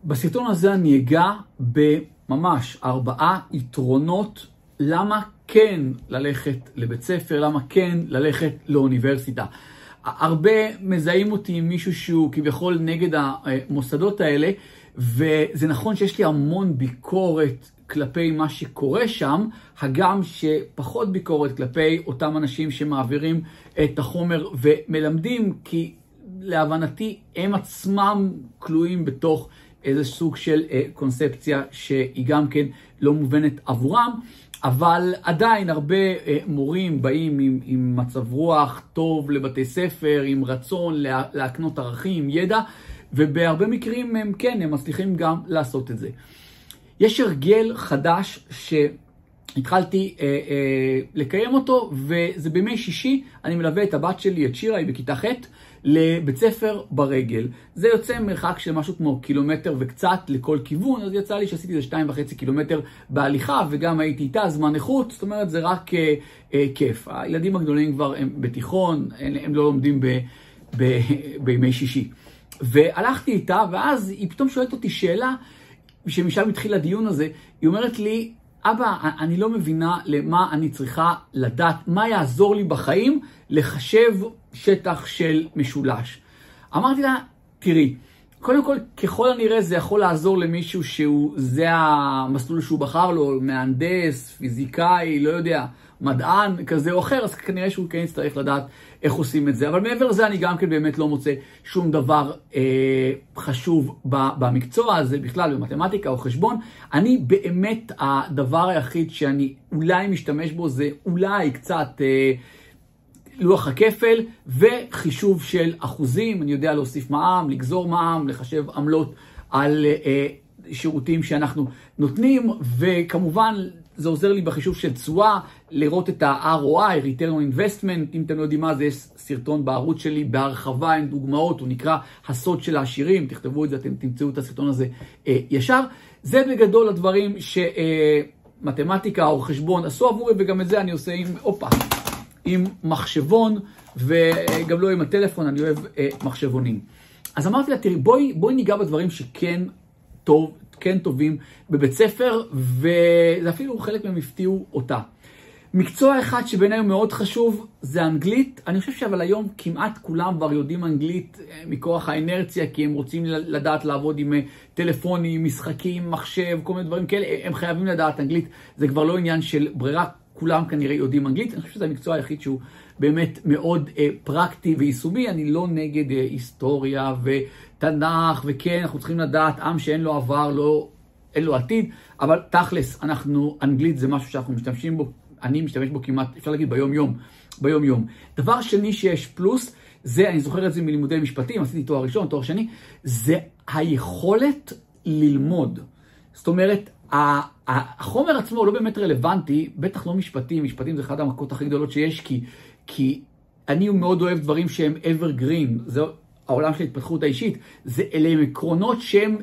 בסרטון הזה אני אגע בממש 4 יתרונות למה כן ללכת לבית ספר, למה כן ללכת לאוניברסיטה. הרבה מזהים אותי עם מישהו שהוא כביכול נגד המוסדות האלה, וזה נכון שיש לי המון ביקורת כלפי מה שקורה שם, הגם שפחות ביקורת כלפי אותם אנשים שמעבירים את החומר ומלמדים, כי להבנתי הם עצמם כלואים בתוך איזה סוג של קונספציה שהיא גם כן לא מובנת עבורם, אבל עדיין הרבה מורים באים עם מצב רוח טוב לבתי ספר, עם רצון להקנות ערכים, ידע, ובהרבה מקרים הם כן, הם מצליחים גם לעשות את זה. יש הרגל חדש שהתחלתי לקיים אותו, וזה בימי שישי, אני מלווה את הבת שלי, את שירה, היא בכיתה ח' לבית ספר ברגל. זה יוצא מרחק של משהו כמו קילומטר וקצת לכל כיוון, אז יצא לי שעשיתי זה 2.5 קילומטר בהליכה, וגם הייתי איתה זמן איכות, זאת אומרת זה רק כיף. הילדים הגדולים כבר הם בתיכון, הם לא לומדים בימי שישי. והלכתי איתה, ואז היא פתאום שואלת אותי שאלה, שמשם התחיל הדיון הזה, היא אומרת לי, אבא, אני לא מבינה למה אני צריכה לדעת, מה יעזור לי בחיים לחשב שטח של משולש. אמרתי לה, תראי, קודם כל, ככל הנראה זה יכול לעזור למישהו זה המסלול שהוא בחר לו, מהנדס, פיזיקאי, לא יודע, מדען כזה או אחר, אז כנראה שהוא כן יצטרך לדעת איך עושים את זה. אבל מעבר לזה אני גם כן באמת לא מוצא שום דבר חשוב במקצוע הזה, בכלל במתמטיקה או חשבון. אני באמת, הדבר היחיד שאני אולי משתמש בו זה אולי קצת לוח הכפל וחישוב של אחוזים. אני יודע להוסיף מע"מ, לגזור מע"מ, לחשב עמלות על שירותים שאנחנו נותנים, וכמובן זה עוזר לי בחישוב של תשואה, לראות את ה-ROI, Return on Investment. אם אתם לא יודעים מה זה, יש סרטון בערוץ שלי בהרחבה עם דוגמאות, הוא נקרא הסוד של העשירים, תכתבו את זה, אתם תמצאו את הסרטון הזה ישר. זה בגדול הדברים שמתמטיקה או חשבון עשו עבורי, וגם את זה אני עושה עם מחשבון, וגם לא עם הטלפון, אני אוהב מחשבונים. אז אמרתי לה, תראי, בואי ניגע בדברים שכן טובים בבית ספר, וזה אפילו חלק מהם הפתיעו אותה. מקצוע אחד שבעיניי הוא מאוד חשוב זה אנגלית. אני חושב שאבל היום כמעט כולם כבר יודעים אנגלית מכוח האינרציה, כי הם רוצים לדעת לעבוד עם טלפונים, משחקים, מחשב, כל מיני דברים כאלה. הם חייבים לדעת אנגלית, זה כבר לא עניין של ברירה, כולם כנראה יודעים אנגלית. אני חושב שזה המקצוע היחיד שהוא באמת מאוד פרקטי ויישומי. אני לא נגד היסטוריה ותנ"ך, וכן, אנחנו צריכים לדעת, עם שאין לו עבר, אין לו עתיד, אבל תכלס, אנגלית זה משהו שאנחנו משתמשים בו, אני משתמש בו כמעט, אפשר להגיד ביום יום. דבר שני שיש פלוס, זה, אני זוכר את זה מלימודי משפטים, עשיתי תואר ראשון, תואר שני, זה היכולת ללמוד. זאת אומרת, החומר עצמו הוא לא באמת רלוונטי, בטח לא משפטים, משפטים זה אחד המכות הכי גדולות שיש, כי אני מאוד אוהב דברים שהם evergreen, זה העולם של התפתחות האישית, אלה הם עקרונות שהם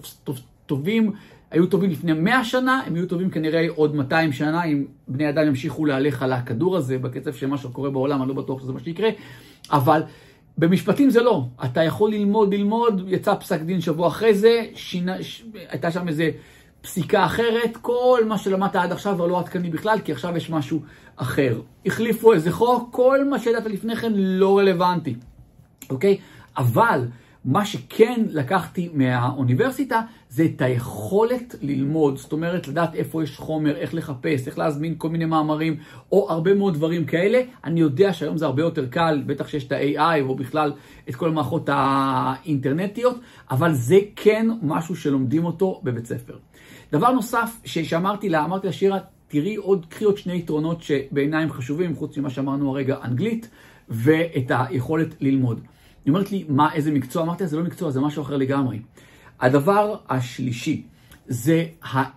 טובים, היו טובים לפני 100 שנה, הם יהיו טובים כנראה עוד 200 שנה, אם בני אדם ימשיכו להלך על הכדור הזה, בקצב שמה שקורה בעולם, אני לא בטוח שזה מה שיקרה, אבל במשפטים זה לא. אתה יכול ללמוד, יצא פסק דין שבוע אחרי זה, הייתה שם איזה פסיקה אחרת, כל מה שלמדת עד עכשיו כבר לא עדכני בכלל, כי עכשיו יש משהו אחר. החליפו איזה חוק, כל מה שידעת לפני כן לא רלוונטי. אוקיי? אבל מה שכן לקחתי מהאוניברסיטה זה את היכולת ללמוד, זאת אומרת לדעת איפה יש חומר, איך לחפש, איך להזמין כל מיני מאמרים, או הרבה מאוד דברים כאלה. אני יודע שהיום זה הרבה יותר קל, בטח שיש את ה-AI או בכלל את כל המערכות האינטרנטיות, אבל זה כן משהו שלומדים אותו בבית ספר. דבר נוסף שאמרתי לה שירה, תראי קחי עוד 2 יתרונות שבעיניים חשובים, חוץ ממה שאמרנו הרגע, אנגלית ואת היכולת ללמוד. היא אומרת לי, איזה מקצוע? אמרתי, זה לא מקצוע, זה משהו אחר לגמרי. הדבר השלישי, זה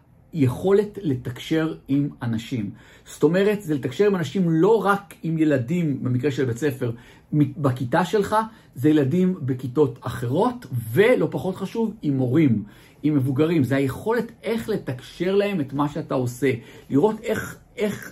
היכולת לתקשר עם אנשים. זאת אומרת, זה לתקשר עם אנשים לא רק עם ילדים, במקרה של בית ספר, בכיתה שלך, זה ילדים בכיתות אחרות, ולא פחות חשוב, עם מורים, עם מבוגרים. זה היכולת איך לתקשר להם את מה שאתה עושה. לראות איך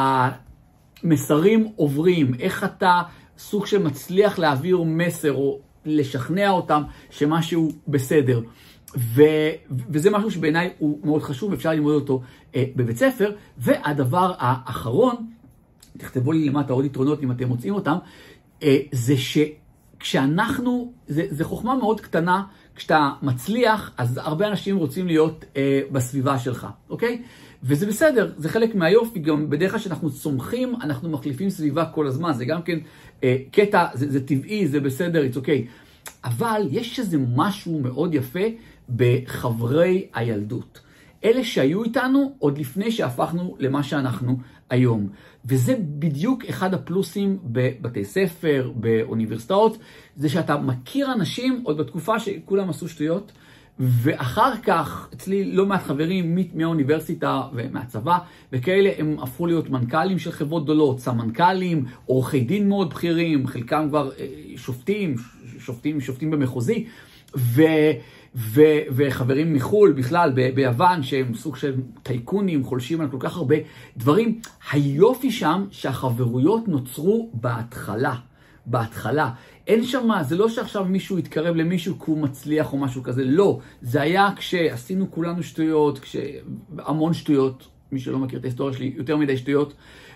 המסרים עוברים, איך אתה סוג שמצליח להעביר מסר, או לשכנע אותם שמשהו בסדר. וזה משהו שבעיניי הוא מאוד חשוב, אפשר ללמוד אותו בבית ספר. והדבר האחרון, תכתבו לי למטה עוד יתרונות אם אתם מוצאים אותם, זה שכשאנחנו, זה חוכמה מאוד קטנה, כשאתה מצליח, אז הרבה אנשים רוצים להיות בסביבה שלך, אוקיי? וזה בסדר, זה חלק מהיופי, גם בדרך כלל שאנחנו צומחים, אנחנו מחליפים סביבה כל הזמן, זה גם כן קטע, זה טבעי, זה בסדר, it's okay. אבל יש איזה משהו מאוד יפה בחברי הילדות. אלה שהיו איתנו עוד לפני שהפכנו למה שאנחנו היום. וזה בדיוק אחד הפלוסים בבתי ספר, באוניברסיטאות, זה שאתה מכיר אנשים עוד בתקופה שכולם עשו שטויות, ואחר כך, אצלי לא מעט חברים מהאוניברסיטה ומהצבא, וכאלה הם הפכו להיות מנכ"לים של חברות גדולות, סמנכ"לים, עורכי דין מאוד בכירים, חלקם כבר שופטים במחוזי, וחברים מחול בכלל ביוון, שהם סוג של טייקונים, חולשים על כל כך הרבה דברים. היופי שם שהחברויות נוצרו בהתחלה. אין שם, זה לא שעכשיו מישהו יתקרב למישהו כי הוא מצליח או משהו כזה, לא. זה היה כשעשינו כולנו שטויות, המון שטויות, מי שלא מכיר את ההיסטוריה שלי, יותר מדי שטויות,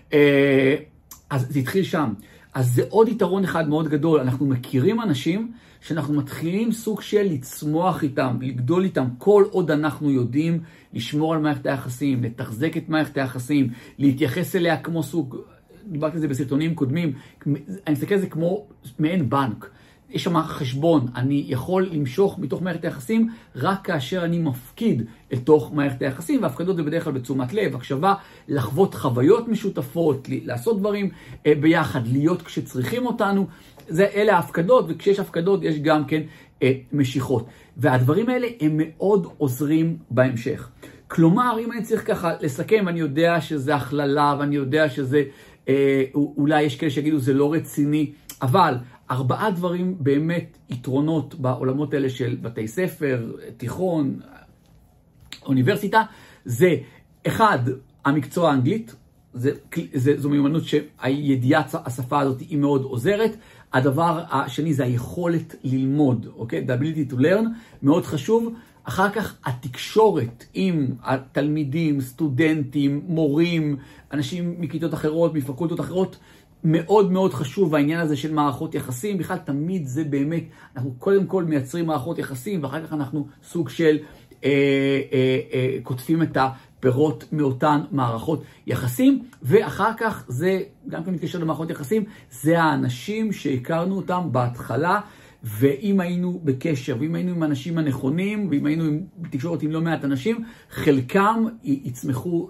אז זה התחיל שם. אז זה עוד יתרון אחד מאוד גדול, אנחנו מכירים אנשים שאנחנו מתחילים סוג של לצמוח איתם, לגדול איתם, כל עוד אנחנו יודעים לשמור על מערכת היחסים, לתחזק את מערכת היחסים, להתייחס אליה כמו סוג, דיברתי על זה בסרטונים קודמים, אני מסתכל על זה כמו מעין בנק. יש שם חשבון, אני יכול למשוך מתוך מערכת היחסים רק כאשר אני מפקיד אל תוך מערכת היחסים, והפקדות זה בדרך כלל בתשומת לב, הקשבה, לחוות חוויות משותפות, לעשות דברים ביחד, להיות כשצריכים אותנו, אלה ההפקדות, וכשיש הפקדות יש גם כן משיכות. והדברים האלה הם מאוד עוזרים בהמשך. כלומר, אם אני צריך ככה לסכם, אני יודע שזה הכללה, ואני יודע שזה, אולי יש כאלה שיגידו זה לא רציני, אבל 4 דברים באמת יתרונות בעולמות האלה של בתי ספר, תיכון, אוניברסיטה, זה 1, המקצוע האנגלית, זו מיומנות שהידיעת השפה הזאת היא מאוד עוזרת. הדבר השני זה היכולת ללמוד, אוקיי? The ability to learn, מאוד חשוב. אחר כך התקשורת עם התלמידים, סטודנטים, מורים, אנשים מכיתות אחרות, מפקולטות אחרות, מאוד מאוד חשוב העניין הזה של מערכות יחסים. בכלל תמיד זה באמת, אנחנו קודם כל מייצרים מערכות יחסים, ואחר כך אנחנו סוג של כותבים את הפירות מאותן מערכות יחסים, ואחר כך זה גם כן מתקשר למערכות יחסים, זה האנשים שהכרנו אותם בהתחלה, ואם היינו בקשר, ואם היינו עם האנשים הנכונים, ואם היינו בתקשורת עם לא מעט אנשים, חלקם יצמחו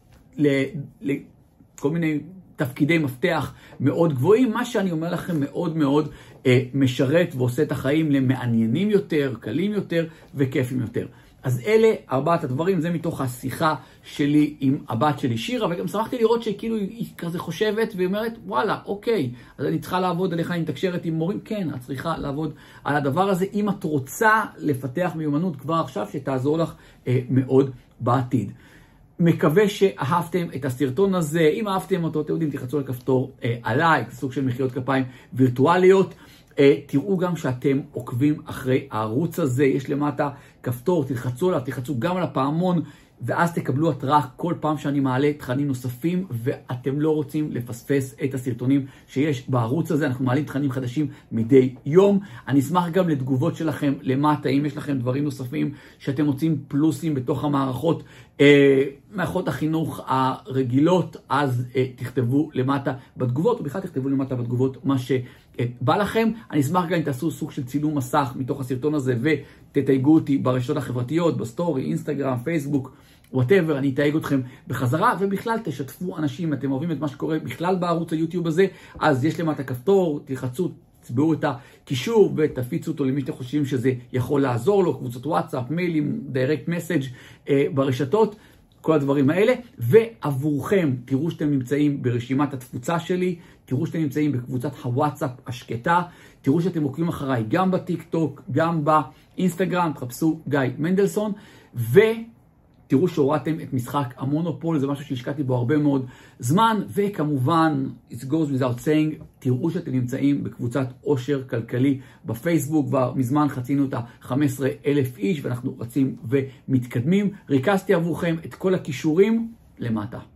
לכל מיני תפקידי מפתח מאוד גבוהים, מה שאני אומר לכם מאוד מאוד משרת ועושה את החיים למעניינים יותר, קלים יותר וכיפים יותר. אז אלה 4 הדברים, זה מתוך השיחה שלי עם הבת שלי שירה, וגם שמחתי לראות שכאילו היא כזה חושבת ואומרת, וואלה, אוקיי, אז אני צריכה לעבוד עליך, אני מתקשרת עם מורים, כן, את צריכה לעבוד על הדבר הזה, אם את רוצה לפתח מיומנות כבר עכשיו, שתעזור לך מאוד בעתיד. מקווה שאהבתם את הסרטון הזה, אם אהבתם אותו, אתם יודעים, תחצו על כפתור הלייק, סוג של מחיאות כפיים וירטואליות, תראו גם שאתם עוקבים אחרי הערוץ הזה, יש למטה כפתור, תלחצו עליו, תלחצו גם על הפעמון, ואז תקבלו התראה כל פעם שאני מעלה תכנים נוספים, ואתם לא רוצים לפספס את הסרטונים שיש בערוץ הזה, אנחנו מעלים תכנים חדשים מדי יום. אני אשמח גם לתגובות שלכם למטה, אם יש לכם דברים נוספים שאתם רוצים פלוסים בתוך המערכות, מערכות החינוך הרגילות, אז תכתבו למטה בתגובות, ובכלל תכתבו למטה בתגובות מה שבא לכם. אני אשמח גם אם תעשו סוג של צילום מסך מתוך הסרטון הזה, ותתייגו אותי ברשתות החברתיות, בסטורי, אינסטגרם, פייסבוק, whatever, אני אתייג אתכם בחזרה, ובכלל תשתפו אנשים, אתם אוהבים את מה שקורה בכלל בערוץ היוטיוב הזה, אז יש למטה כפתור, תלחצו, תצבעו את הקישור ותפיצו אותו למי שאתם חושבים שזה יכול לעזור לו, קבוצות וואטסאפ, מיילים, דיירקט מסאג' ברשתות, כל הדברים האלה. ועבורכם, תראו שאתם נמצאים ברשימת התפוצה שלי, תראו שאתם נמצאים בקבוצת הוואטסאפ השקטה, תראו שאתם עוקבים אחריי גם בטיק טוק, גם באינסטגרם, תחפשו גיא מנדלסון, תראו שהורדתם את משחק המונופול, זה משהו שהשקעתי בו הרבה מאוד זמן, וכמובן, it goes without saying, תראו שאתם נמצאים בקבוצת עושר כלכלי בפייסבוק, כבר מזמן חצינו את ה-15,000 איש, ואנחנו רצים ומתקדמים. ריכזתי עבורכם את כל הכישורים למטה.